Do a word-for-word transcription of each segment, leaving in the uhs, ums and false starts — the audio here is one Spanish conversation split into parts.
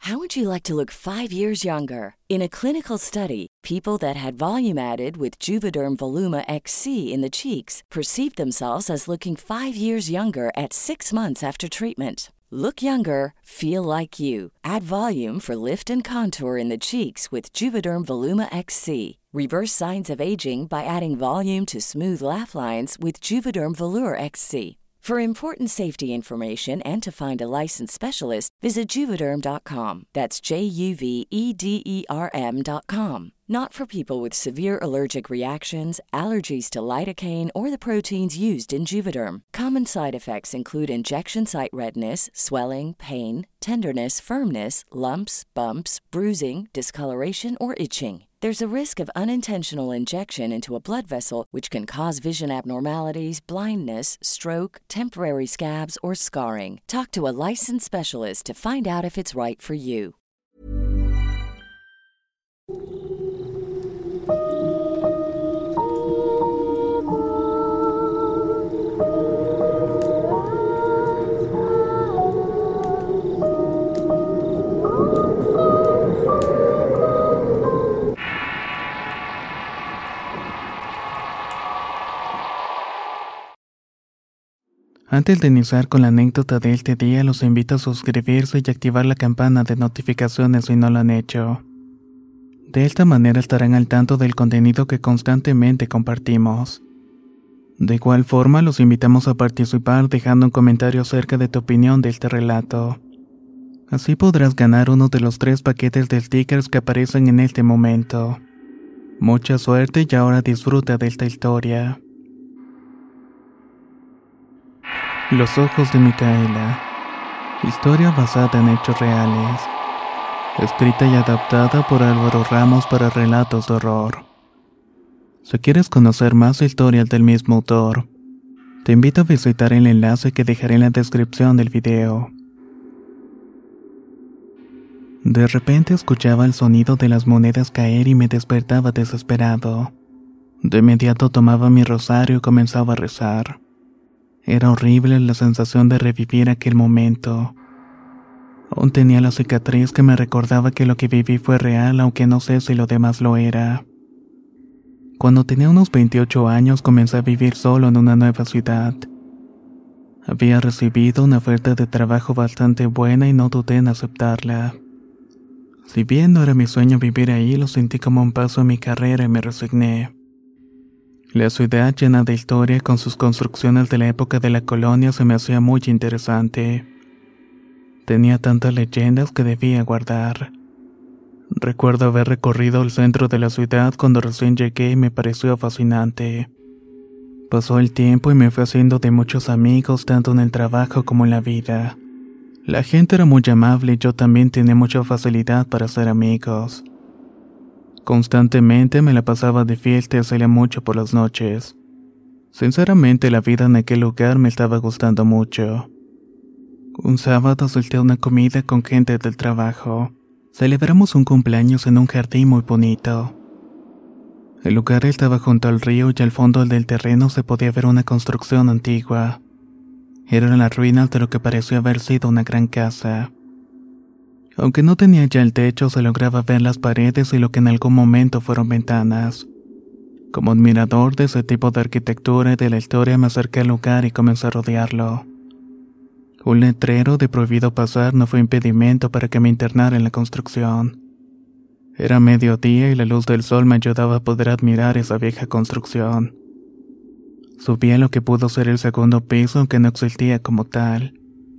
How would you like to look five years younger? In a clinical study, people that had volume added with Juvederm Voluma X C in the cheeks perceived themselves as looking five years younger at six months after treatment. Look younger, feel like you. Add volume for lift and contour in the cheeks with Juvederm Voluma X C. Reverse signs of aging by adding volume to smooth laugh lines with Juvederm Volure X C. For important safety information and to find a licensed specialist, visit Juvederm dot com. That's J U V E D E R M dot com. Not for people with severe allergic reactions, allergies to lidocaine, or the proteins used in Juvederm. Common side effects include injection site redness, swelling, pain, tenderness, firmness, lumps, bumps, bruising, discoloration, or itching. There's a risk of unintentional injection into a blood vessel, which can cause vision abnormalities, blindness, stroke, temporary scabs, or scarring. Talk to a licensed specialist to find out if it's right for you. Antes de iniciar con la anécdota de este día, los invito a suscribirse y activar la campana de notificaciones si no lo han hecho. De esta manera estarán al tanto del contenido que constantemente compartimos. De igual forma, los invitamos a participar dejando un comentario acerca de tu opinión de este relato. Así podrás ganar uno de los tres paquetes de stickers que aparecen en este momento. Mucha suerte y ahora disfruta de esta historia. Los ojos de Micaela. Historia basada en hechos reales. Escrita y adaptada por Álvaro Ramos para relatos de horror. Si quieres conocer más historias del mismo autor, te invito a visitar el enlace que dejaré en la descripción del video. De repente escuchaba el sonido de las monedas caer y me despertaba desesperado. De inmediato tomaba mi rosario y comenzaba a rezar. Era horrible la sensación de revivir aquel momento. Aún tenía la cicatriz que me recordaba que lo que viví fue real, aunque no sé si lo demás lo era. Cuando tenía unos veintiocho años comencé a vivir solo en una nueva ciudad. Había recibido una oferta de trabajo bastante buena y no dudé en aceptarla. Si bien no era mi sueño vivir ahí, lo sentí como un paso en mi carrera y me resigné. La ciudad llena de historia con sus construcciones de la época de la colonia se me hacía muy interesante. Tenía tantas leyendas que debía guardar. Recuerdo haber recorrido el centro de la ciudad cuando recién llegué y me pareció fascinante. Pasó el tiempo y me fui haciendo de muchos amigos tanto en el trabajo como en la vida. La gente era muy amable y yo también tenía mucha facilidad para hacer amigos. Constantemente me la pasaba de fiesta y salía mucho por las noches. Sinceramente, la vida en aquel lugar me estaba gustando mucho. Un sábado asistí a una comida con gente del trabajo. Celebramos un cumpleaños en un jardín muy bonito. El lugar estaba junto al río y al fondo del terreno se podía ver una construcción antigua. Eran las ruinas de lo que pareció haber sido una gran casa. Aunque no tenía ya el techo, se lograba ver las paredes y lo que en algún momento fueron ventanas. Como admirador de ese tipo de arquitectura y de la historia me acerqué al lugar y comencé a rodearlo. Un letrero de prohibido pasar no fue impedimento para que me internara en la construcción. Era mediodía y la luz del sol me ayudaba a poder admirar esa vieja construcción. Subí a lo que pudo ser el segundo piso, aunque no existía como tal.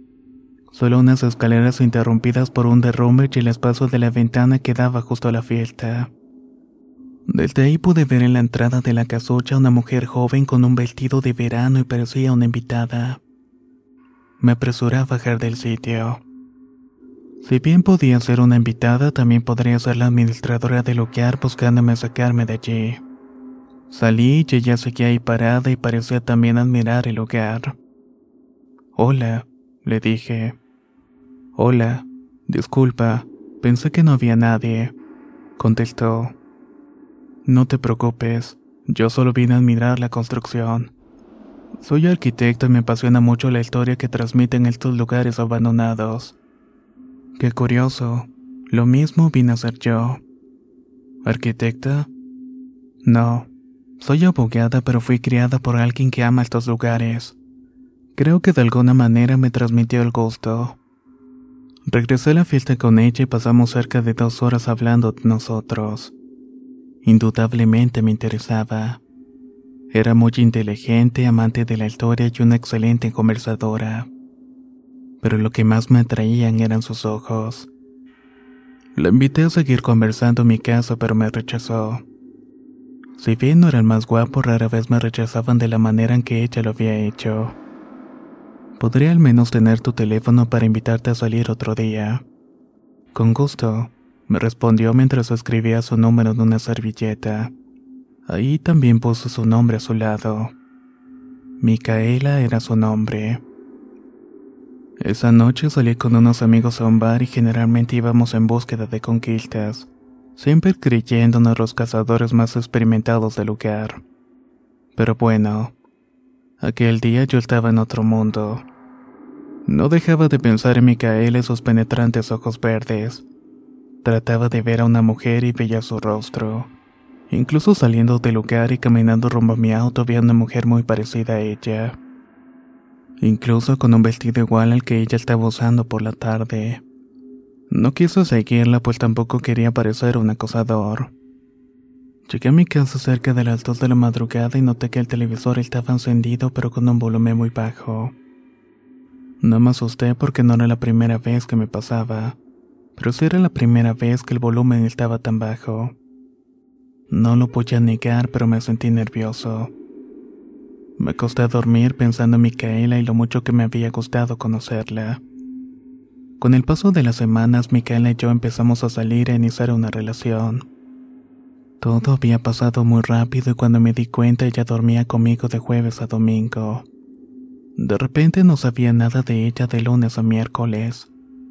Solo unas escaleras interrumpidas por un derrumbe y el espacio de la ventana que daba justo a la fiesta. Desde ahí pude ver en la entrada de la casucha una mujer joven con un vestido de verano y parecía una invitada. Me apresuré a bajar del sitio. Si bien podía ser una invitada, también podría ser la administradora del lugar buscándome sacarme de allí. Salí y ella seguía ahí parada y parecía también admirar el lugar. «Hola», le dije. «Hola, disculpa, pensé que no había nadie», contestó. «No te preocupes, yo solo vine a admirar la construcción. Soy arquitecto y me apasiona mucho la historia que transmiten estos lugares abandonados». «Qué curioso, Lo mismo vine a ser yo. ¿Arquitecta? No. Soy abogada, pero fui criada por alguien que ama estos lugares. Creo que de alguna manera me transmitió el gusto. Regresé a la fiesta con ella y pasamos cerca de dos horas hablando de nosotros. Indudablemente me interesaba. Era muy inteligente, amante de la historia y una excelente conversadora. Pero lo que más me atraían eran sus ojos. La invité a seguir conversando en mi casa, pero me rechazó. Si bien no era el más guapo, rara vez me rechazaban de la manera en que ella lo había hecho. ¿Podría al menos tener tu teléfono para invitarte a salir otro día? Con gusto, me respondió mientras escribía su número en una servilleta. Ahí también puso su nombre a su lado. Micaela era su nombre. Esa noche salí con unos amigos a un bar y generalmente íbamos en búsqueda de conquistas, siempre creyéndonos los cazadores más experimentados del lugar. Pero bueno, aquel día yo estaba en otro mundo. No dejaba de pensar en Micaela y sus penetrantes ojos verdes. Trataba de ver a una mujer y veía su rostro. Incluso saliendo del lugar y caminando rumbo a mi auto vi a una mujer muy parecida a ella. Incluso con un vestido igual al que ella estaba usando por la tarde. No quise seguirla, pues tampoco quería parecer un acosador. Llegué a mi casa cerca de las dos de la madrugada y noté que el televisor estaba encendido pero con un volumen muy bajo. No me asusté porque no era la primera vez que me pasaba, pero sí era la primera vez que el volumen estaba tan bajo. No lo podía negar, pero me sentí nervioso. Me acosté a dormir pensando en Micaela y lo mucho que me había gustado conocerla. Con el paso de las semanas, Micaela y yo empezamos a salir e iniciar una relación. Todo había pasado muy rápido y cuando me di cuenta ella dormía conmigo de jueves a domingo. De repente no sabía nada de ella de lunes a miércoles.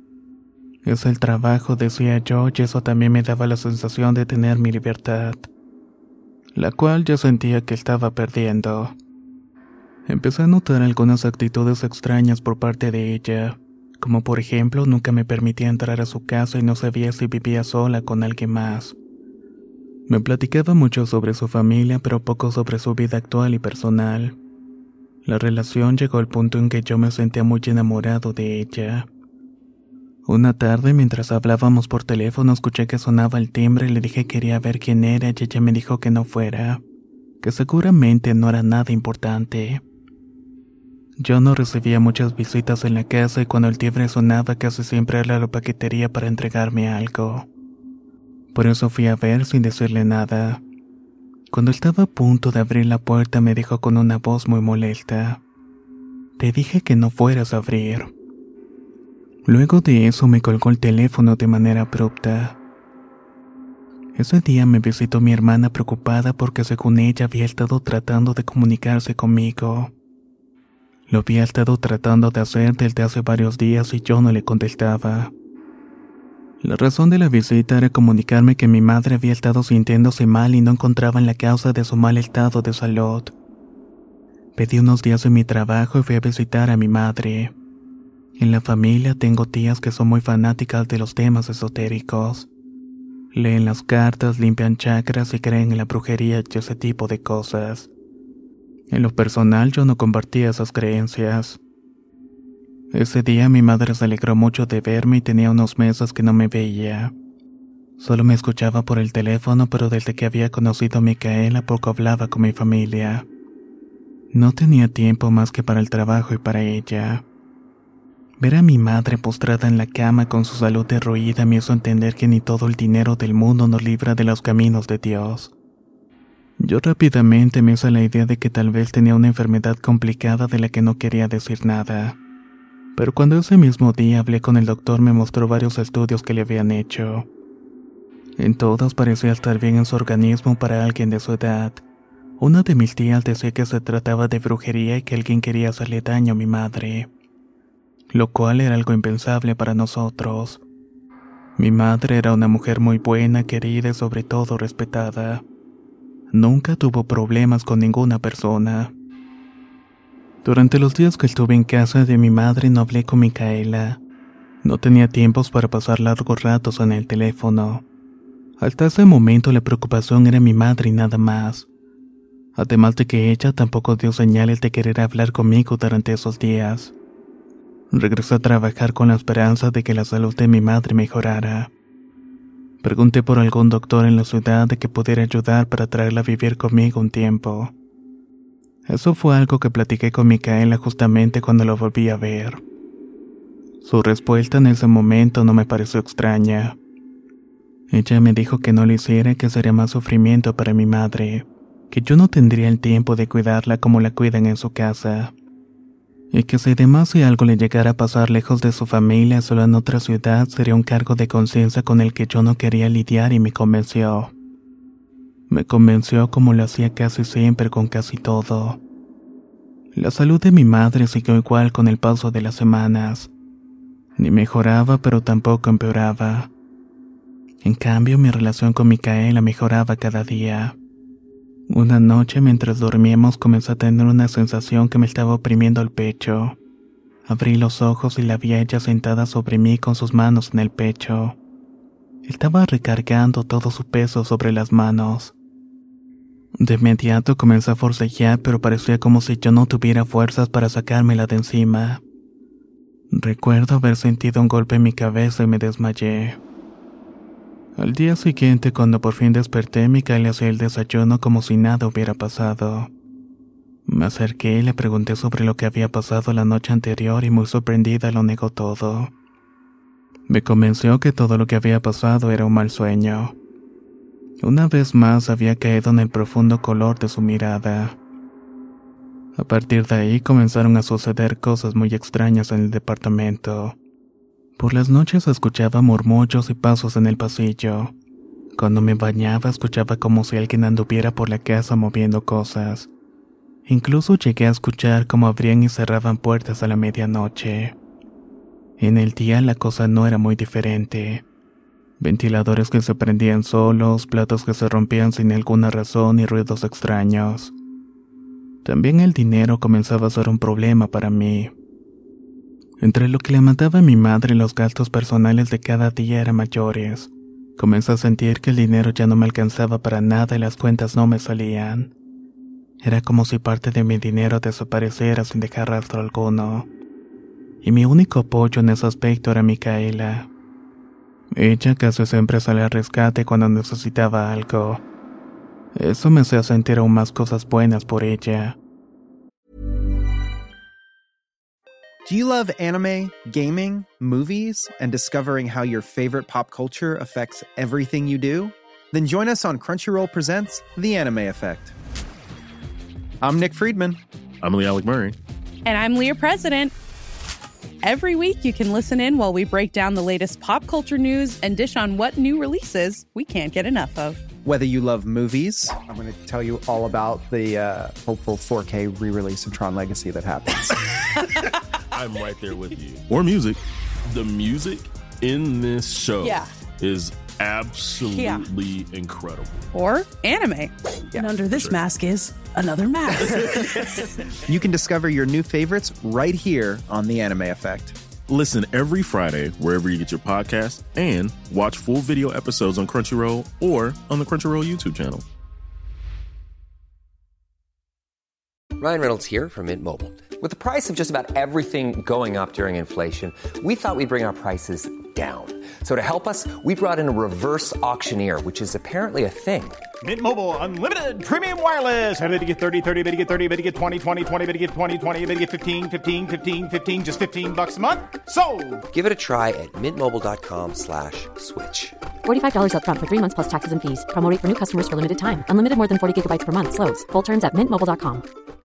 Es el trabajo, decía yo, y eso también me daba la sensación de tener mi libertad, la cual yo sentía que estaba perdiendo. Empecé a notar algunas actitudes extrañas por parte de ella, como por ejemplo nunca me permitía entrar a su casa y no sabía si vivía sola con alguien más. Me platicaba mucho sobre su familia, pero poco sobre su vida actual y personal. La relación llegó al punto en que yo me sentía muy enamorado de ella. Una tarde, mientras hablábamos por teléfono, escuché que sonaba el timbre y le dije que quería ver quién era y ella me dijo que no fuera, que seguramente no era nada importante. Yo no recibía muchas visitas en la casa y cuando el timbre sonaba casi siempre era la paquetería para entregarme algo. Por eso fui a ver sin decirle nada. Cuando estaba a punto de abrir la puerta me dijo con una voz muy molesta: «Te dije que no fueras a abrir». Luego de eso me colgó el teléfono de manera abrupta. Ese día me visitó mi hermana preocupada porque según ella había estado tratando de comunicarse conmigo. Lo había estado tratando de hacer desde hace varios días y yo no le contestaba. La razón de la visita era comunicarme que mi madre había estado sintiéndose mal y no encontraban la causa de su mal estado de salud. Pedí unos días en mi trabajo y fui a visitar a mi madre. En la familia tengo tías que son muy fanáticas de los temas esotéricos. Leen las cartas, limpian chakras y creen en la brujería y ese tipo de cosas. En lo personal yo no compartía esas creencias. Ese día mi madre se alegró mucho de verme y tenía unos meses que no me veía. Solo me escuchaba por el teléfono, pero desde que había conocido a Micaela poco hablaba con mi familia. No tenía tiempo más que para el trabajo y para ella. Ver a mi madre postrada en la cama con su salud derruida me hizo entender que ni todo el dinero del mundo nos libra de los caminos de Dios. Yo rápidamente me hice la idea de que tal vez tenía una enfermedad complicada de la que no quería decir nada. Pero cuando ese mismo día hablé con el doctor me mostró varios estudios que le habían hecho. En todos parecía estar bien en su organismo para alguien de su edad. Una de mis tías decía que se trataba de brujería y que alguien quería hacerle daño a mi madre, lo cual era algo impensable para nosotros. Mi madre era una mujer muy buena, querida y sobre todo respetada. Nunca tuvo problemas con ninguna persona. Durante los días que estuve en casa de mi madre no hablé con Micaela. No tenía tiempos para pasar largos ratos en el teléfono. Hasta ese momento la preocupación era mi madre y nada más. Además de que ella tampoco dio señales de querer hablar conmigo durante esos días. Regresé a trabajar con la esperanza de que la salud de mi madre mejorara. Pregunté por algún doctor en la ciudad de que pudiera ayudar para traerla a vivir conmigo un tiempo. Eso fue algo que platiqué con Micaela justamente cuando lo volví a ver. Su respuesta en ese momento no me pareció extraña. Ella me dijo que no lo hiciera y que sería más sufrimiento para mi madre, que yo no tendría el tiempo de cuidarla como la cuidan en su casa, y que si además si algo le llegara a pasar lejos de su familia, solo en otra ciudad, sería un cargo de conciencia con el que yo no quería lidiar y me convenció. Me convenció como lo hacía casi siempre con casi todo. La salud de mi madre siguió igual con el paso de las semanas. Ni mejoraba, pero tampoco empeoraba. En cambio, mi relación con Micaela mejoraba cada día. Una noche, mientras dormíamos, comencé a tener una sensación que me estaba oprimiendo el pecho. Abrí los ojos y la vi a ella sentada sobre mí con sus manos en el pecho. Estaba recargando todo su peso sobre las manos. De inmediato comencé a forcejear, pero parecía como si yo no tuviera fuerzas para sacármela de encima. Recuerdo haber sentido un golpe en mi cabeza y me desmayé. Al día siguiente, cuando por fin desperté, Micaela hacía el desayuno como si nada hubiera pasado. Me acerqué y le pregunté sobre lo que había pasado la noche anterior y muy sorprendida lo negó todo. Me convenció que todo lo que había pasado era un mal sueño. Una vez más había caído en el profundo color de su mirada. A partir de ahí comenzaron a suceder cosas muy extrañas en el departamento. Por las noches escuchaba murmullos y pasos en el pasillo. Cuando me bañaba escuchaba como si alguien anduviera por la casa moviendo cosas. Incluso llegué a escuchar cómo abrían y cerraban puertas a la medianoche. En el día la cosa no era muy diferente. Ventiladores que se prendían solos, platos que se rompían sin alguna razón y ruidos extraños. También el dinero comenzaba a ser un problema para mí. Entre lo que le mataba a mi madre y los gastos personales de cada día eran mayores, comencé a sentir que el dinero ya no me alcanzaba para nada y las cuentas no me salían. Era como si parte de mi dinero desapareciera sin dejar rastro alguno. Y mi único apoyo en ese aspecto era Micaela. Ella casi siempre salía al rescate cuando necesitaba algo. Eso me hacía sentir aún más cosas buenas por ella. Do you love anime, gaming, movies, and discovering how your favorite pop culture affects everything you do? Then join us on Crunchyroll Presents The Anime Effect. I'm Nick Friedman. I'm Lee Alec Murray. And I'm Leah President. Every week you can listen in while we break down the latest pop culture news and dish on what new releases we can't get enough of. Whether you love movies, I'm going to tell you all about the uh, hopeful four K re-release of Tron Legacy that happens. I'm right there with you. Or music. The music in this show yeah. is absolutely yeah. incredible. Or anime. Yeah, and under this sure. mask is another mask. You can discover your new favorites right here on The Anime Effect. Listen every Friday wherever you get your podcast and watch full video episodes on Crunchyroll or on the Crunchyroll YouTube channel. Ryan Reynolds here from Mint Mobile. With the price of just about everything going up during inflation, we thought we'd bring our prices down. So to help us, we brought in a reverse auctioneer, which is apparently a thing. Mint Mobile Unlimited Premium Wireless. How to get thirty, thirty, bit to get thirty, bit to get twenty, twenty, twenty, bit to get twenty, twenty, bit to get fifteen, fifteen, fifteen, fifteen, just fifteen bucks a month? Sold! Give it a try at mintmobile.com slash switch. forty-five dollars up front for three months plus taxes and fees. Promo rate for new customers for limited time. Unlimited more than forty gigabytes per month. Slows full terms at mint mobile dot com.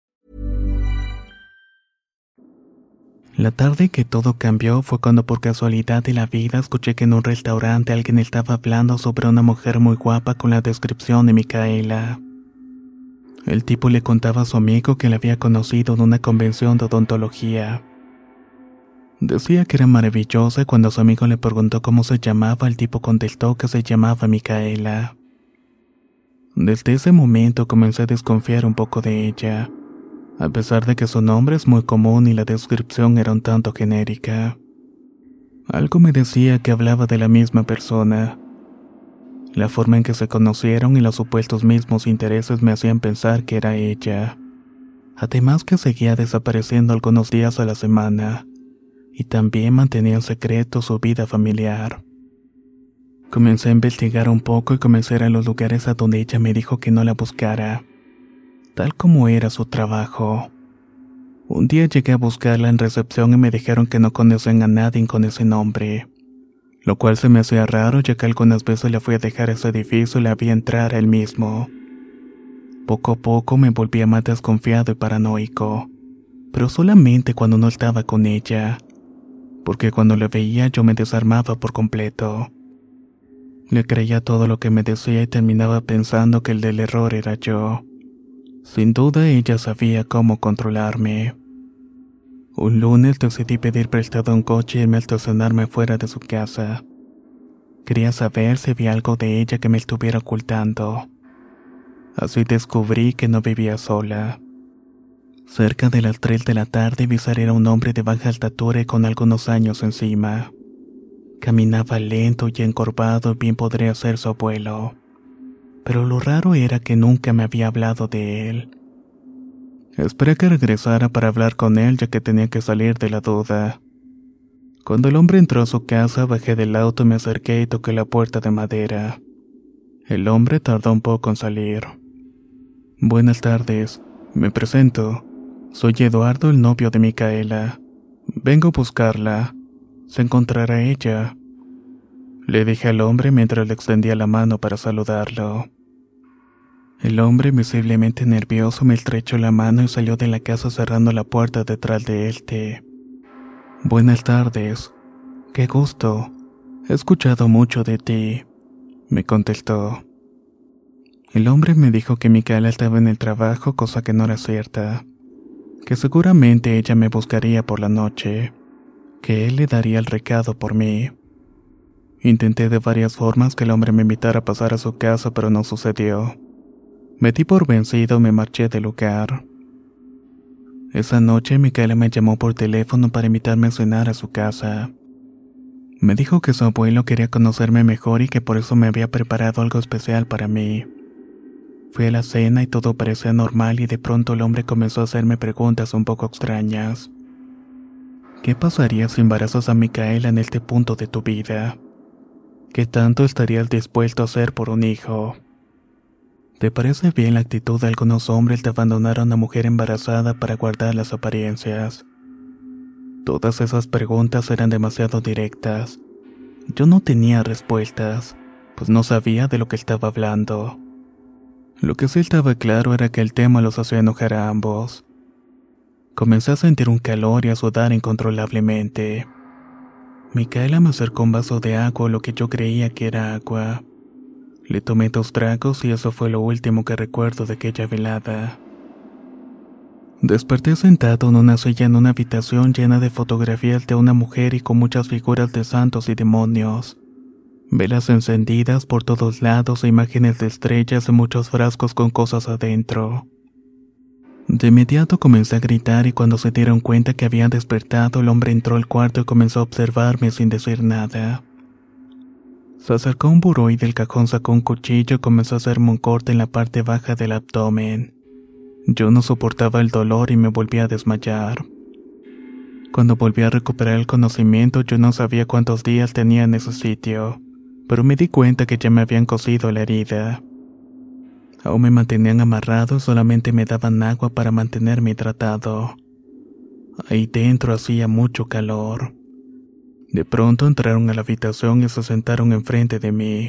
La tarde que todo cambió fue cuando por casualidad de la vida escuché que en un restaurante alguien estaba hablando sobre una mujer muy guapa con la descripción de Micaela. El tipo le contaba a su amigo que la había conocido en una convención de odontología. Decía que era maravillosa y cuando su amigo le preguntó cómo se llamaba, el tipo contestó que se llamaba Micaela. Desde ese momento comencé a desconfiar un poco de ella, a pesar de que su nombre es muy común y la descripción era un tanto genérica. Algo me decía que hablaba de la misma persona. La forma en que se conocieron y los supuestos mismos intereses me hacían pensar que era ella. Además que seguía desapareciendo algunos días a la semana, y también mantenía en secreto su vida familiar. Comencé a investigar un poco y comencé a ir a los lugares a donde ella me dijo que no la buscara, tal como era su trabajo. Un día llegué a buscarla en recepción y me dijeron que no conocían a nadie con ese nombre, lo cual se me hacía raro ya que algunas veces le fui a dejar ese edificio y la vi entrar a él mismo. Poco a poco me volvía más desconfiado y paranoico, pero solamente cuando no estaba con ella, porque cuando la veía yo me desarmaba por completo. Le creía todo lo que me decía y terminaba pensando que el del error era yo. Sin duda ella sabía cómo controlarme. Un lunes decidí pedir prestado un coche y irme a estacionarme fuera de su casa. Quería saber si había algo de ella que me estuviera ocultando. Así descubrí que no vivía sola. Cerca de las tres de la tarde vi salir a un hombre de baja estatura y con algunos años encima. Caminaba lento y encorvado y bien podría ser su abuelo. Pero lo raro era que nunca me había hablado de él. Esperé que regresara para hablar con él ya que tenía que salir de la duda. Cuando el hombre entró a su casa, bajé del auto y me acerqué y toqué la puerta de madera. El hombre tardó un poco en salir. Buenas tardes, me presento. Soy Eduardo, el novio de Micaela. Vengo a buscarla. ¿Se encontrará ella?, le dije al hombre mientras le extendía la mano para saludarlo. El hombre, visiblemente nervioso, me estrechó la mano y salió de la casa cerrando la puerta detrás de él. Buenas tardes. Qué gusto. He escuchado mucho de ti, me contestó. El hombre me dijo que Micaela estaba en el trabajo, cosa que no era cierta. Que seguramente ella me buscaría por la noche. Que él le daría el recado por mí. Intenté de varias formas que el hombre me invitara a pasar a su casa, pero no sucedió. Me di por vencido y me marché del lugar. Esa noche Micaela me llamó por teléfono para invitarme a cenar a su casa. Me dijo que su abuelo quería conocerme mejor y que por eso me había preparado algo especial para mí. Fui a la cena y todo parecía normal y de pronto el hombre comenzó a hacerme preguntas un poco extrañas. ¿Qué pasaría si embarazas a Micaela en este punto de tu vida? ¿Qué tanto estarías dispuesto a hacer por un hijo? ¿Te parece bien la actitud de algunos hombres de abandonar a una mujer embarazada para guardar las apariencias? Todas esas preguntas eran demasiado directas. Yo no tenía respuestas, pues no sabía de lo que estaba hablando. Lo que sí estaba claro era que el tema los hacía enojar a ambos. Comencé a sentir un calor y a sudar incontrolablemente. Micaela me acercó un vaso de agua, lo que yo creía que era agua. Le tomé dos tragos y eso fue lo último que recuerdo de aquella velada. Desperté sentado en una silla en una habitación llena de fotografías de una mujer y con muchas figuras de santos y demonios. Velas encendidas por todos lados e imágenes de estrellas y muchos frascos con cosas adentro. De inmediato comencé a gritar y cuando se dieron cuenta que había despertado, el hombre entró al cuarto y comenzó a observarme sin decir nada. Se acercó a un buró y del cajón sacó un cuchillo y comenzó a hacerme un corte en la parte baja del abdomen. Yo no soportaba el dolor y me volví a desmayar. Cuando volví a recuperar el conocimiento, yo no sabía cuántos días tenía en ese sitio, pero me di cuenta que ya me habían cosido la herida. Aún me mantenían amarrado y solamente me daban agua para mantenerme hidratado. Ahí dentro hacía mucho calor. De pronto entraron a la habitación y se sentaron enfrente de mí.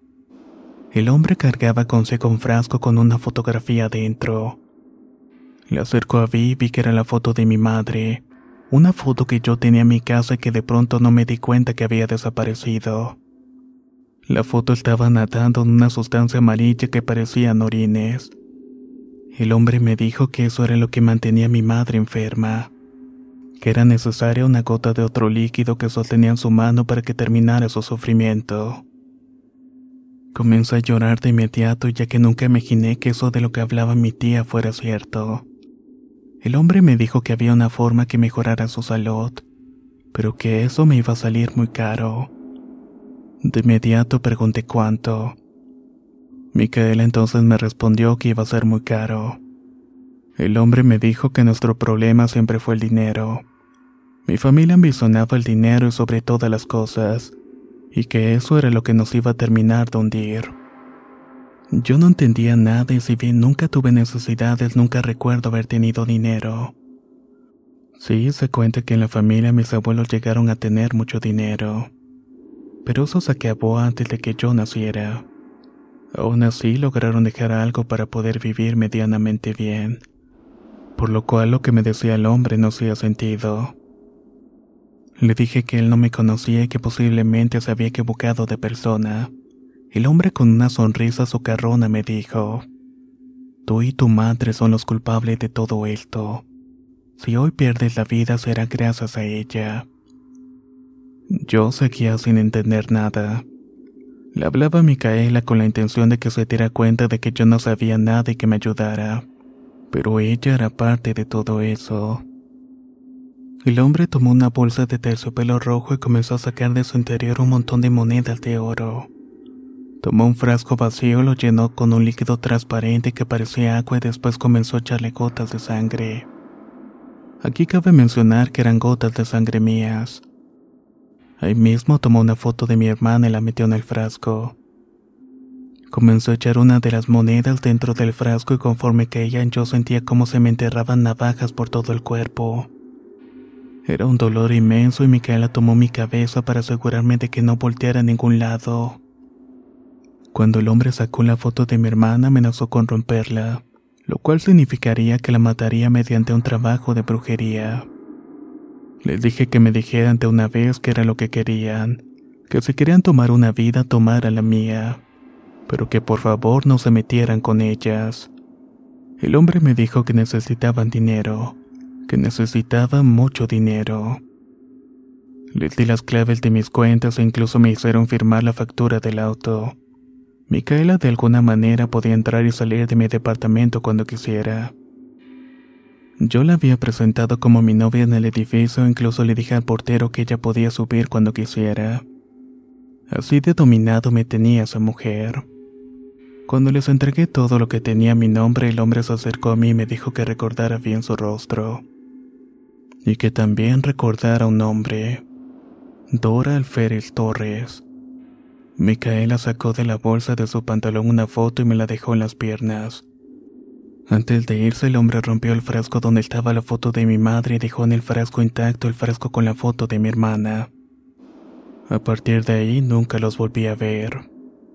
El hombre cargaba consigo un frasco con una fotografía dentro. Le acercó a mí y vi que era la foto de mi madre, una foto que yo tenía en mi casa y que de pronto no me di cuenta que había desaparecido. La foto estaba nadando en una sustancia amarilla que parecían orines. El hombre me dijo que eso era lo que mantenía a mi madre enferma, que era necesaria una gota de otro líquido que sostenía en su mano para que terminara su sufrimiento. Comencé a llorar de inmediato ya que nunca imaginé que eso de lo que hablaba mi tía fuera cierto. El hombre me dijo que había una forma que mejorara su salud, pero que eso me iba a salir muy caro. De inmediato pregunté cuánto. Micaela entonces me respondió que iba a ser muy caro. El hombre me dijo que nuestro problema siempre fue el dinero. Mi familia ambicionaba el dinero y sobre todas las cosas, y que eso era lo que nos iba a terminar de hundir. Yo no entendía nada y si bien nunca tuve necesidades, nunca recuerdo haber tenido dinero. Sí, se cuenta que en la familia mis abuelos llegaron a tener mucho dinero, pero eso se acabó antes de que yo naciera. Aún así lograron dejar algo para poder vivir medianamente bien, por lo cual lo que me decía el hombre no hacía sentido. Le dije que él no me conocía y que posiblemente se había equivocado de persona. El hombre con una sonrisa socarrona me dijo: tú y tu madre son los culpables de todo esto. Si hoy pierdes la vida será gracias a ella. Yo seguía sin entender nada. Le hablaba a Micaela con la intención de que se diera cuenta de que yo no sabía nada y que me ayudara, pero ella era parte de todo eso. El hombre tomó una bolsa de terciopelo rojo y comenzó a sacar de su interior un montón de monedas de oro. Tomó un frasco vacío y lo llenó con un líquido transparente que parecía agua y después comenzó a echarle gotas de sangre. Aquí cabe mencionar que eran gotas de sangre mías. Ahí mismo tomó una foto de mi hermana y la metió en el frasco. Comenzó a echar una de las monedas dentro del frasco y conforme caían yo sentía como se me enterraban navajas por todo el cuerpo. Era un dolor inmenso y Micaela tomó mi cabeza para asegurarme de que no volteara a ningún lado. Cuando el hombre sacó la foto de mi hermana amenazó con romperla, lo cual significaría que la mataría mediante un trabajo de brujería. Les dije que me dijeran de una vez qué era lo que querían, que si querían tomar una vida tomaran la mía, pero que por favor no se metieran con ellas. El hombre me dijo que necesitaban dinero, que necesitaban mucho dinero. Les di las claves de mis cuentas e incluso me hicieron firmar la factura del auto. Micaela de alguna manera podía entrar y salir de mi departamento cuando quisiera. Yo la había presentado como mi novia en el edificio e incluso le dije al portero que ella podía subir cuando quisiera. Así de dominado me tenía esa mujer. Cuando les entregué todo lo que tenía a mi nombre, el hombre se acercó a mí y me dijo que recordara bien su rostro. Y que también recordara un nombre: Dora Alférez Torres. Micaela sacó de la bolsa de su pantalón una foto y me la dejó en las piernas. Antes de irse, el hombre rompió el frasco donde estaba la foto de mi madre y dejó en el frasco intacto el frasco con la foto de mi hermana. A partir de ahí nunca los volví a ver.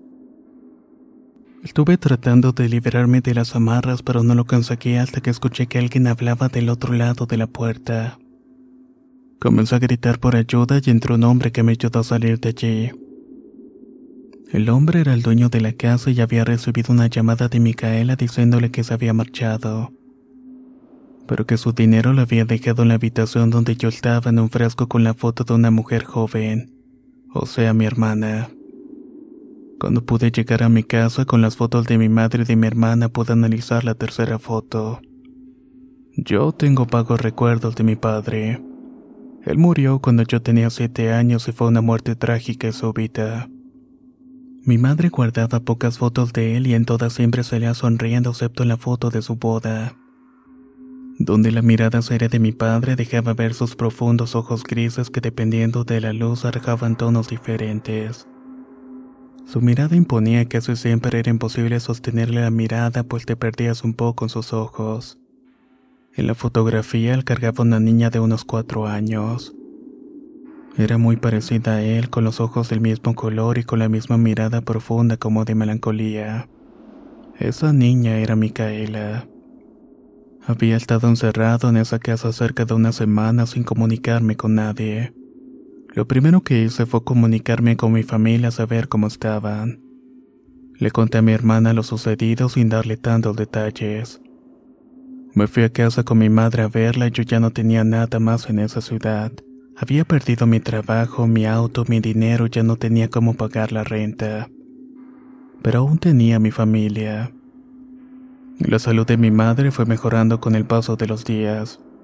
Estuve tratando de liberarme de las amarras, pero no lo conseguí hasta que escuché que alguien hablaba del otro lado de la puerta. Comencé a gritar por ayuda y entró un hombre que me ayudó a salir de allí. El hombre era el dueño de la casa y había recibido una llamada de Micaela diciéndole que se había marchado, pero que su dinero lo había dejado en la habitación donde yo estaba en un frasco con la foto de una mujer joven, o sea, mi hermana. Cuando pude llegar a mi casa con las fotos de mi madre y de mi hermana, pude analizar la tercera foto. Yo tengo vagos recuerdos de mi padre. Él murió cuando yo tenía siete años y fue una muerte trágica y súbita. Mi madre guardaba pocas fotos de él y en todas siempre salía sonriendo excepto en la foto de su boda, donde la mirada seria de mi padre dejaba ver sus profundos ojos grises que dependiendo de la luz arrojaban tonos diferentes. Su mirada imponía que casi siempre era imposible sostenerle la mirada pues te perdías un poco en sus ojos. En la fotografía él cargaba una niña de unos cuatro años. Era muy parecida a él, con los ojos del mismo color y con la misma mirada profunda como de melancolía. Esa niña era Micaela. Había estado encerrado en esa casa cerca de una semana sin comunicarme con nadie. Lo primero que hice fue comunicarme con mi familia a saber cómo estaban. Le conté a mi hermana lo sucedido sin darle tantos detalles. Me fui a casa con mi madre a verla y yo ya no tenía nada más en esa ciudad. Había perdido mi trabajo, mi auto, mi dinero y ya no tenía cómo pagar la renta. Pero aún tenía mi familia. La salud de mi madre fue mejorando con el paso de los días.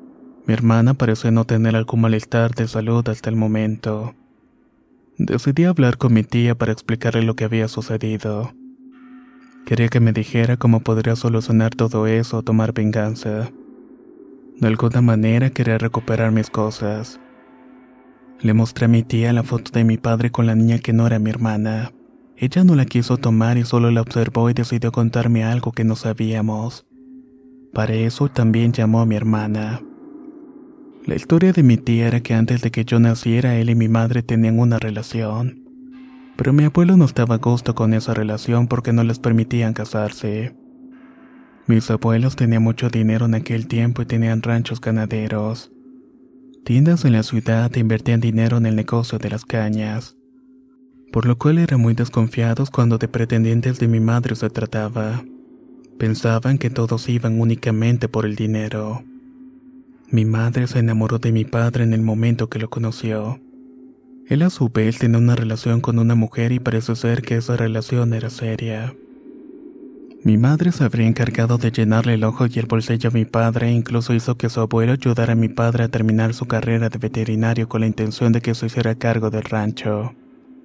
Mi hermana parece no tener algún malestar de salud hasta el momento. Decidí hablar con mi tía para explicarle lo que había sucedido. Quería que me dijera cómo podría solucionar todo eso o tomar venganza. De alguna manera quería recuperar mis cosas. Le mostré a mi tía la foto de mi padre con la niña que no era mi hermana. Ella no la quiso tomar y solo la observó y decidió contarme algo que no sabíamos. Para eso también llamó a mi hermana. La historia de mi tía era que antes de que yo naciera, él y mi madre tenían una relación. Pero mi abuelo no estaba a gusto con esa relación porque no les permitían casarse. Mis abuelos tenían mucho dinero en aquel tiempo y tenían ranchos ganaderos, tiendas en la ciudad e invertían dinero en el negocio de las cañas, por lo cual eran muy desconfiados cuando de pretendientes de mi madre se trataba. Pensaban que todos iban únicamente por el dinero. Mi madre se enamoró de mi padre en el momento que lo conoció. Él a su vez tenía una relación con una mujer y parece ser que esa relación era seria. Mi madre se habría encargado de llenarle el ojo y el bolsillo a mi padre e incluso hizo que su abuelo ayudara a mi padre a terminar su carrera de veterinario con la intención de que se hiciera cargo del rancho.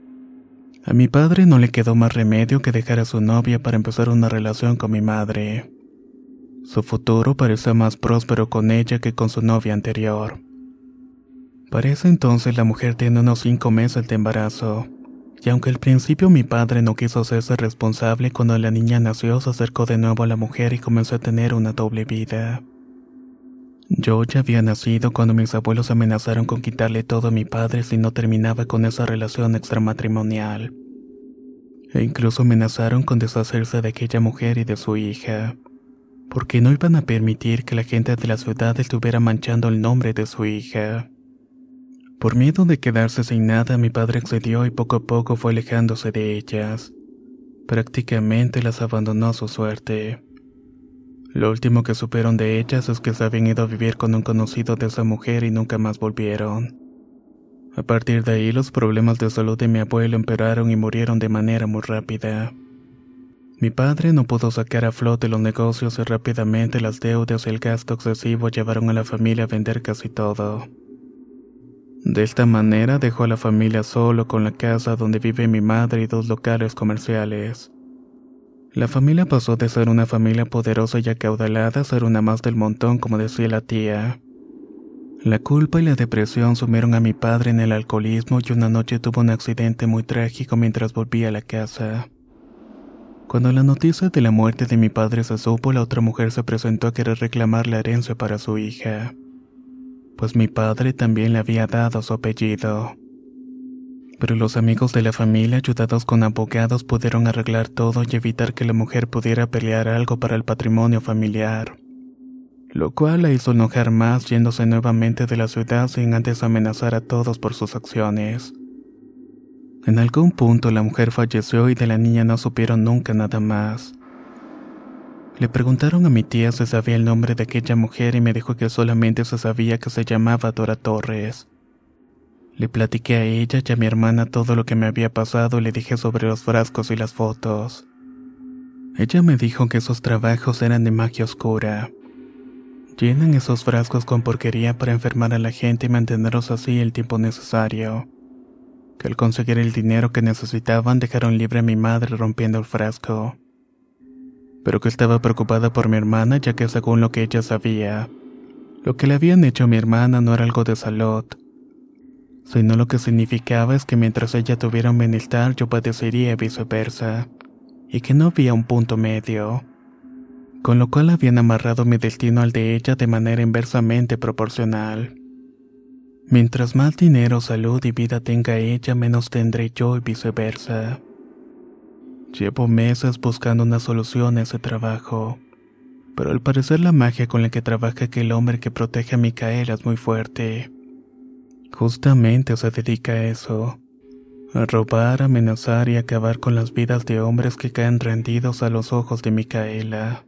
A mi padre no le quedó más remedio que dejar a su novia para empezar una relación con mi madre. Su futuro parecía más próspero con ella que con su novia anterior. Para ese entonces la mujer tiene unos cinco meses de embarazo. Y aunque al principio mi padre no quiso hacerse responsable, cuando la niña nació se acercó de nuevo a la mujer y comenzó a tener una doble vida. Yo ya había nacido cuando mis abuelos amenazaron con quitarle todo a mi padre si no terminaba con esa relación extramatrimonial. E incluso amenazaron con deshacerse de aquella mujer y de su hija, porque no iban a permitir que la gente de la ciudad estuviera manchando el nombre de su hija. Por miedo de quedarse sin nada, mi padre accedió y poco a poco fue alejándose de ellas. Prácticamente las abandonó a su suerte. Lo último que supieron de ellas es que se habían ido a vivir con un conocido de esa mujer y nunca más volvieron. A partir de ahí, los problemas de salud de mi abuelo empeoraron y murieron de manera muy rápida. Mi padre no pudo sacar a flote los negocios y rápidamente las deudas y el gasto excesivo llevaron a la familia a vender casi todo. De esta manera dejó a la familia solo con la casa donde vive mi madre y dos locales comerciales. La familia pasó de ser una familia poderosa y acaudalada a ser una más del montón, como decía la tía. La culpa y la depresión sumieron a mi padre en el alcoholismo y una noche tuvo un accidente muy trágico mientras volvía a la casa. Cuando la noticia de la muerte de mi padre se supo, la otra mujer se presentó a querer reclamar la herencia para su hija, pues mi padre también le había dado su apellido. Pero los amigos de la familia, ayudados con abogados, pudieron arreglar todo y evitar que la mujer pudiera pelear algo para el patrimonio familiar, lo cual la hizo enojar más, yéndose nuevamente de la ciudad sin antes amenazar a todos por sus acciones. En algún punto la mujer falleció y de la niña no supieron nunca nada más. Le preguntaron a mi tía si sabía el nombre de aquella mujer y me dijo que solamente se sabía que se llamaba Dora Torres. Le platiqué a ella y a mi hermana todo lo que me había pasado y le dije sobre los frascos y las fotos. Ella me dijo que esos trabajos eran de magia oscura. Llenan esos frascos con porquería para enfermar a la gente y mantenerlos así el tiempo necesario. Que al conseguir el dinero que necesitaban dejaron libre a mi madre rompiendo el frasco. Pero que estaba preocupada por mi hermana, ya que según lo que ella sabía, lo que le habían hecho a mi hermana no era algo de salud, sino lo que significaba es que mientras ella tuviera un bienestar yo padecería y viceversa, y que no había un punto medio, con lo cual habían amarrado mi destino al de ella de manera inversamente proporcional. Mientras más dinero, salud y vida tenga ella, menos tendré yo y viceversa. Llevo meses buscando una solución a ese trabajo, pero al parecer la magia con la que trabaja aquel hombre que protege a Micaela es muy fuerte. Justamente se dedica a eso, a robar, amenazar y acabar con las vidas de hombres que caen rendidos a los ojos de Micaela.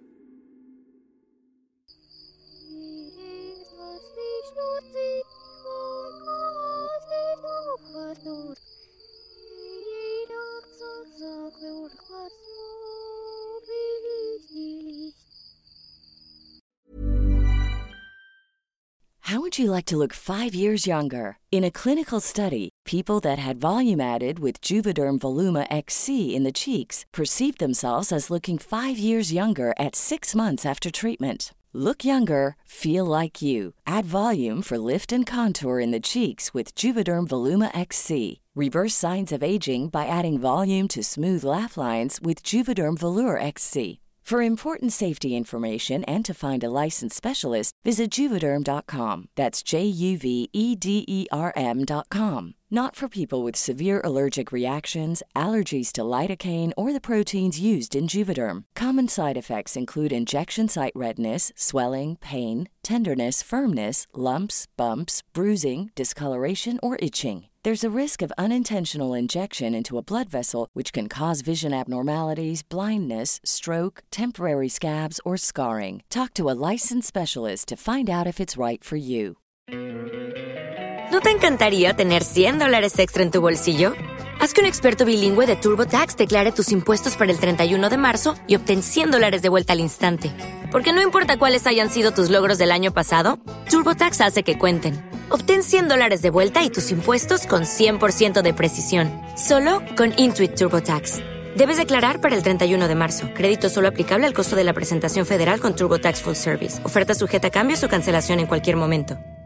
How would would you like to look five years younger? In a clinical study, people that had volume added with Juvederm Voluma X C in the cheeks perceived themselves as looking five years younger at six months after treatment. Look younger, feel like you. Add volume for lift and contour in the cheeks with Juvederm Voluma X C. Reverse signs of aging by adding volume to smooth laugh lines with Juvederm Volure X C. For important safety information and to find a licensed specialist, visit Juvederm dot com. That's J U V E D E R M dot com. Not for people with severe allergic reactions, allergies to lidocaine, or the proteins used in Juvederm. Common side effects include injection site redness, swelling, pain, tenderness, firmness, lumps, bumps, bruising, discoloration, or itching. There's a risk of unintentional injection into a blood vessel, which can cause vision abnormalities, blindness, stroke, temporary scabs, or scarring. Talk to a licensed specialist to find out if it's right for you. ¿No te encantaría tener cien dólares extra en tu bolsillo? Haz que un experto bilingüe de TurboTax declare tus impuestos para el treinta y uno de marzo y obtén cien dólares de vuelta al instante. Porque no importa cuáles hayan sido tus logros del año pasado, TurboTax hace que cuenten. Obtén cien dólares de vuelta y tus impuestos con cien por ciento de precisión. Solo con Intuit TurboTax. Debes declarar para el treinta y uno de marzo. Crédito solo aplicable al costo de la presentación federal con TurboTax Full Service. Oferta sujeta a cambios o cancelación en cualquier momento.